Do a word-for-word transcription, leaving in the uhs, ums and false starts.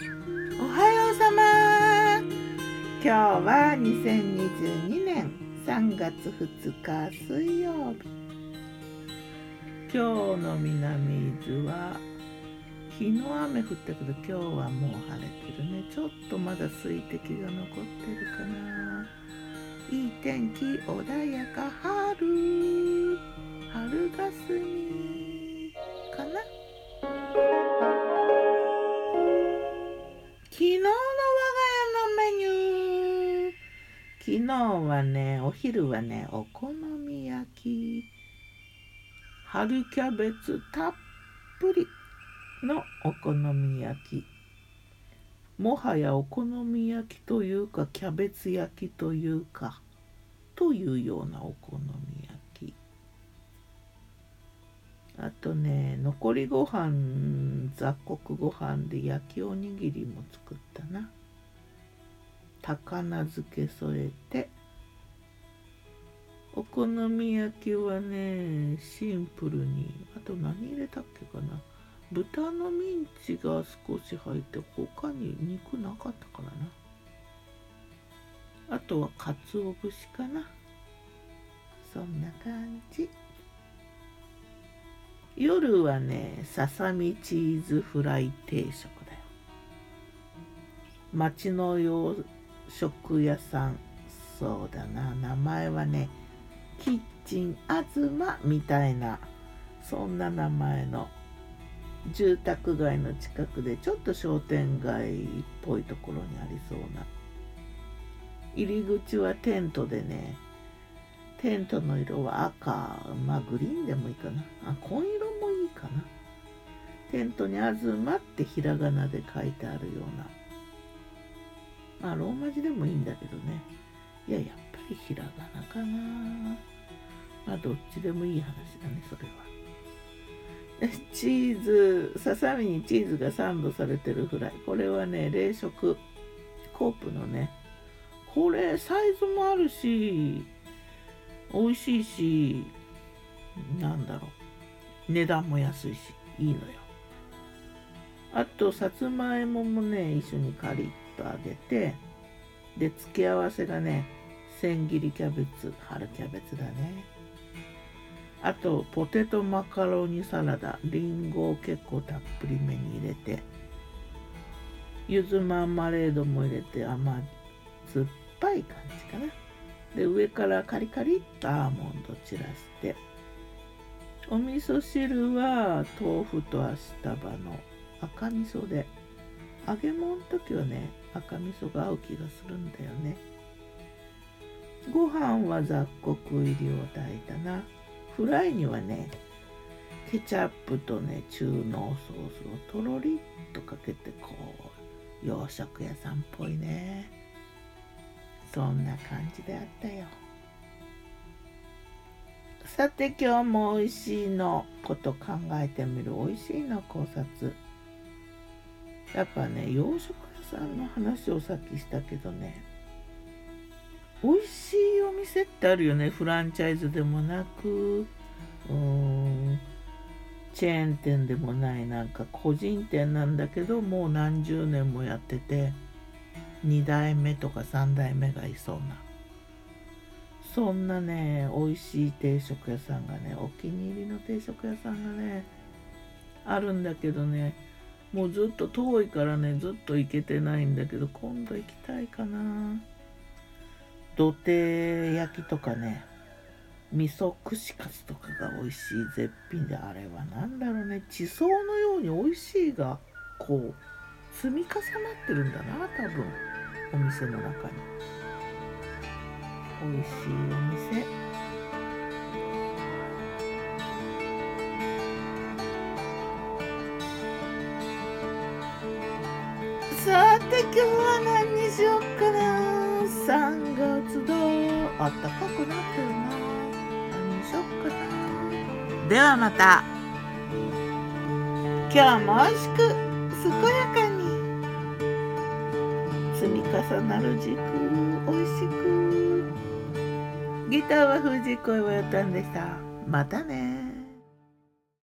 おはようさま。今日はにせんにじゅうにねんさんがつふつか水曜日。今日の南伊豆は昨日雨降ったけど今日はもう晴れてるね。ちょっとまだ水滴が残ってるかな。いい天気、穏やか、春春霞かな。昨日の我が家のメニュー。昨日はね、お昼はね、お好み焼き。春キャベツたっぷりのお好み焼き。もはやお好み焼きというか、キャベツ焼きというか、というようなお好み焼き。あとね、残りご飯、雑穀ご飯で焼きおにぎりも作ったな。高菜漬け添えて。お好み焼きはね、シンプルに、あと何入れたっけかな。豚のミンチが少し入って、他に肉なかったからな。あとは鰹節かな。そんな感じ。夜はね、ささみチーズフライ定食だよ。町の洋食屋さん、そうだな、名前はね、キッチンあずまみたいな、そんな名前の住宅街の近くでちょっと商店街っぽいところにありそうな。入り口はテントでね、テントの色は赤、まあグリーンでもいいかな。あ、紺色もいいかな。テントにあずまってひらがなで書いてあるような。まあローマ字でもいいんだけどね。いや、やっぱりひらがなかな。まあどっちでもいい話だね、それは。チーズ、ささみにチーズがサンドされてるフライ。これはね、冷食。コープのね。これサイズもあるし、美味しいし、なんだろう、値段も安いしいいのよ。あとさつまいももね、一緒にカリッと揚げて、で付け合わせがね、千切りキャベツ、春キャベツだね。あとポテトマカロニサラダ、リンゴを結構たっぷりめに入れて、ゆずマーマレードも入れて、甘酸っぱい感じかな。で上からカリカリっとアーモンド散らして、お味噌汁は豆腐とアシタバの赤味噌で、揚げ物の時はね、赤味噌が合う気がするんだよね。ご飯は雑穀入りを炊いたな。フライにはね、ケチャップとね、中濃ソースをとろりっとかけて、こう洋食屋さんっぽいね。そんな感じであったよ。さて今日も美味しいのこと考えてみる。美味しいの考察。やっぱね、洋食屋さんの話をさっきしたけどね、美味しいお店ってあるよね。フランチャイズでもなく、うーんチェーン店でもない、なんか個人店なんだけど、もう何十年もやってて、に代目とかさん代目がいそうな、そんなね、美味しい定食屋さんがね、お気に入りの定食屋さんがね、あるんだけどね、もうずっと遠いからね、ずっと行けてないんだけど、今度行きたいかな。土手焼きとかね、味噌串カツとかが美味しい絶品で、あれはなんだろうね、地層のように美味しいがこう積み重なってるんだな、多分お店の中に。美味しいお店。さて今日は何にしよっかな。さんがつだ、あったかくなってるな。何にしよっかな。ではまた。今日も美味しく健やかに積み重なる軸、美味しく。ギターは藤子よたんでした。またね。